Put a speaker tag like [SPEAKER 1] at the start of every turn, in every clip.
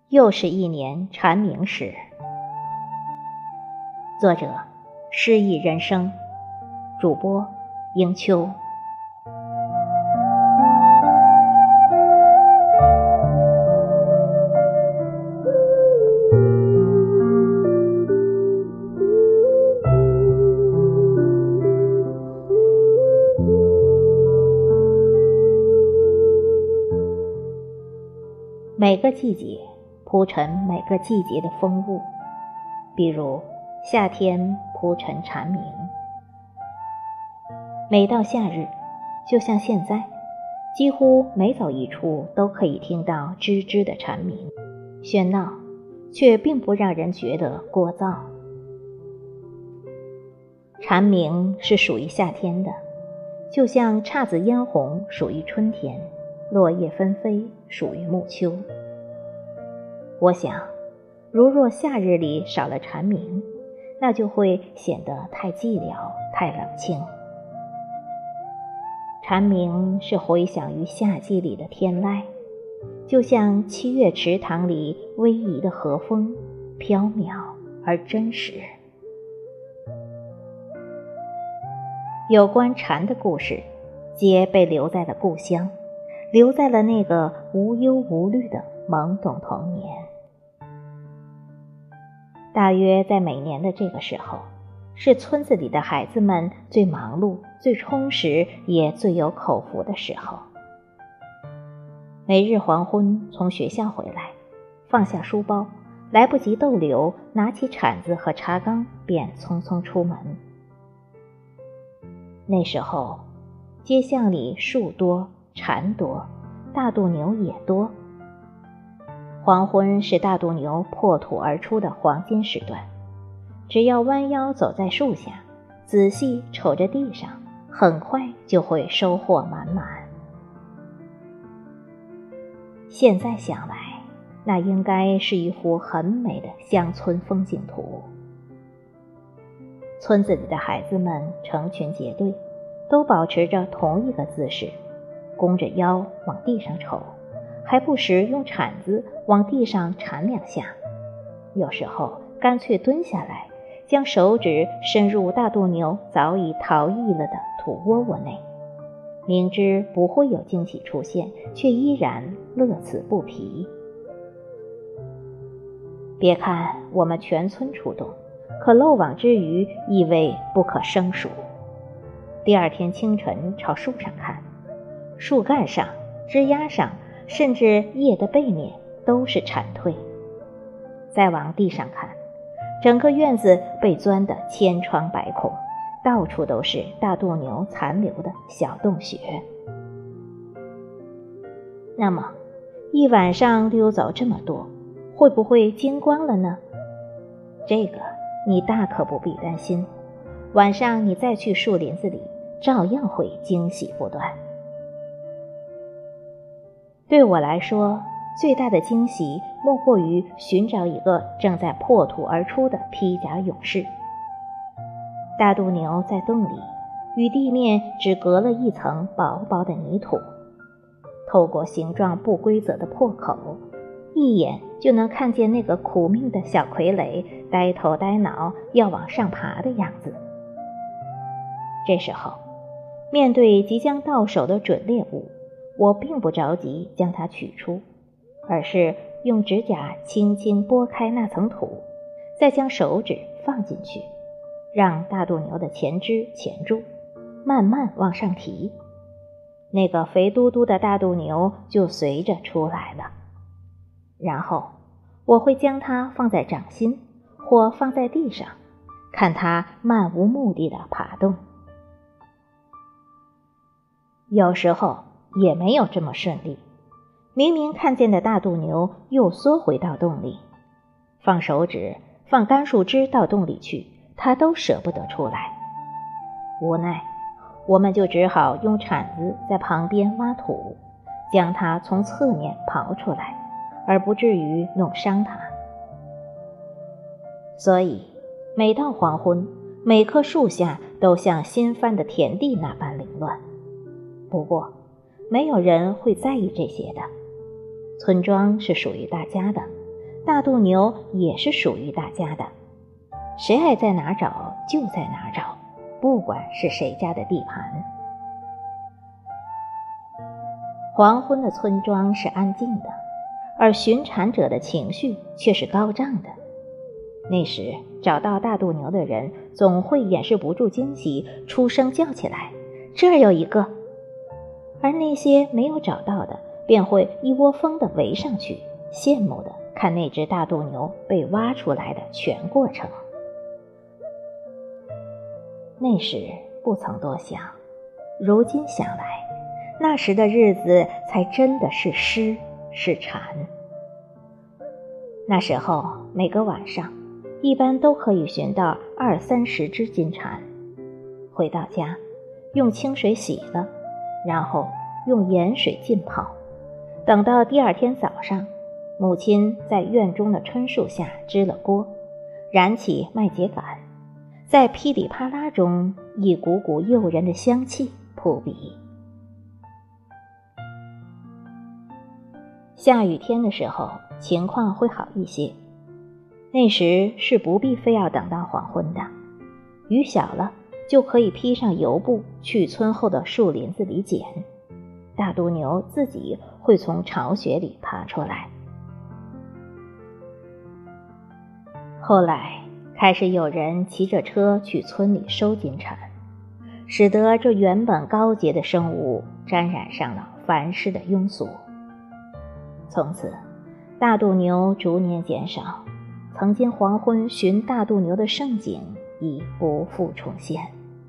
[SPEAKER 1] 又是一年蝉鸣时。作者：诗意人生，主播：迎秋。每个季节铺陈每个季节的风物，比如夏天铺陈蝉鸣。每到夏日，就像现在，几乎每走一处都可以听到吱吱的蝉鸣，喧闹，却并不让人觉得聒噪。蝉鸣是属于夏天的，就像姹紫嫣红属于春天，落叶纷飞属于暮秋。我想，如若夏日里少了蝉鸣，那就会显得太寂寥，太冷清。蝉鸣是回响于夏季里的天籁，就像7月池塘里逶迤的和风，飘渺而真实。有关蝉的故事，皆被留在了故乡，留在了那个无忧无虑的懵懂童年。大约在每年的这个时候，是村子里的孩子们最忙碌、最充实，也最有口福的时候。每日黄昏从学校回来，放下书包，来不及逗留，拿起铲子和茶缸，便匆匆出门。那时候，街巷里树多，蝉多，大肚牛也多。黄昏是大肚牛破土而出的黄金时段，只要弯腰走在树下，仔细瞅着地上，很快就会收获满满。现在想来，那应该是一幅很美的乡村风景图。村子里的孩子们成群结队，都保持着同一个姿势，弓着腰往地上瞅，还不时用铲子往地上铲2下，有时候干脆蹲下来，将手指伸入大肚牛早已逃逸了的土窝窝内，明知不会有惊喜出现，却依然乐此不疲。别看我们全村出动，可漏网之鱼亦未不可胜数。第二天清晨朝树上看，树干上、枝丫上，甚至叶的背面都是蝉蜕。再往地上看，整个院子被钻得千疮百孔，到处都是大肚牛残留的小洞穴。那么一晚上溜走这么多，会不会精光了呢？这个你大可不必担心，晚上你再去树林子里，照样会惊喜不断。对我来说，最大的惊喜莫过于寻找一个正在破土而出的披甲勇士。大肚牛在洞里，与地面只隔了一层薄薄的泥土，透过形状不规则的破口，一眼就能看见那个苦命的小傀儡呆头呆脑要往上爬的样子。这时候，面对即将到手的准猎物，我并不着急将它取出，而是用指甲轻轻拨开那层土，再将手指放进去，让大肚牛的前肢钳住，慢慢往上提。那个肥嘟嘟的大肚牛就随着出来了。然后我会将它放在掌心，或放在地上，看它漫无目的的爬动。有时候也没有这么顺利，明明看见的大肚牛又缩回到洞里，放手指、放干树枝到洞里去，它都舍不得出来。无奈，我们就只好用铲子在旁边挖土，将它从侧面刨出来，而不至于弄伤它。所以，每到黄昏，每棵树下都像新翻的田地那般凌乱。不过，没有人会在意这些的。村庄是属于大家的， 大肚牛也是属于大家的，谁爱在哪找就在哪找，不管是谁家的地盘。黄昏的村庄是安静的，而寻产者的情绪却是高涨的。那时找到大肚牛的人总会掩饰不住惊喜，出声叫起来，这儿有一个。而那些没有找到的便会一窝蜂地围上去，羡慕地看那只大肚牛被挖出来的全过程。那时不曾多想，如今想来，那时的日子才真的是诗，是禅。那时候每个晚上一般都可以寻到20-30只金蝉，回到家用清水洗了，然后用盐水浸泡，等到第二天早上，母亲在院中的椿树下支了锅，燃起麦秸秆，在噼里啪啦中一股股诱人的香气扑鼻。下雨天的时候情况会好一些，那时是不必非要等到黄昏的，雨小了就可以披上油布去村后的树林子里捡，大肚牛自己会从巢穴里爬出来。后来开始有人骑着车去村里收金蝉，使得这原本高洁的生物沾染上了凡世的庸俗。从此大肚牛逐年减少，曾经黄昏寻大肚牛的盛景已不复重现。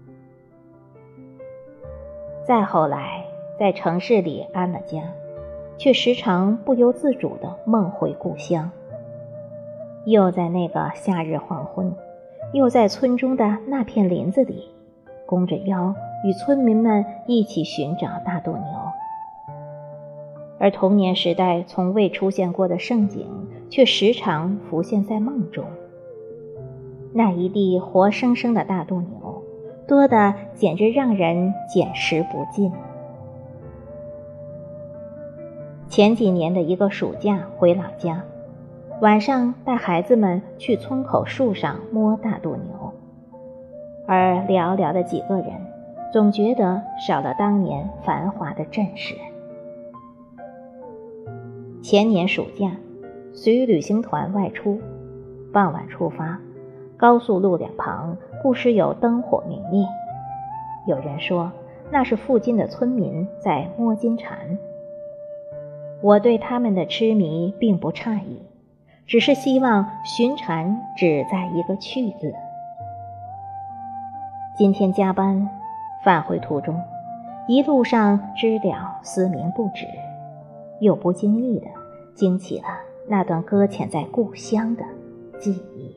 [SPEAKER 1] 再后来在城市里安了家，却时常不由自主地梦回故乡。又在那个夏日黄昏，又在村中的那片林子里，弓着腰与村民们一起寻找大肚牛。而童年时代从未出现过的盛景，却时常浮现在梦中。那一地活生生的大肚牛，多得简直让人捡食不尽。前几年的一个暑假回老家，晚上带孩子们去村口树上摸大肚牛，而寥寥的几个人，总觉得少了当年繁华的阵势。前年暑假，随旅行团外出，傍晚出发，高速路两旁不时有灯火明灭。有人说那是附近的村民在摸金蝉。我对他们的痴迷并不诧异，只是希望寻蝉只在一个去字。今天加班，返回途中，一路上知了嘶鸣不止，又不经意地惊起了那段搁浅在故乡的记忆。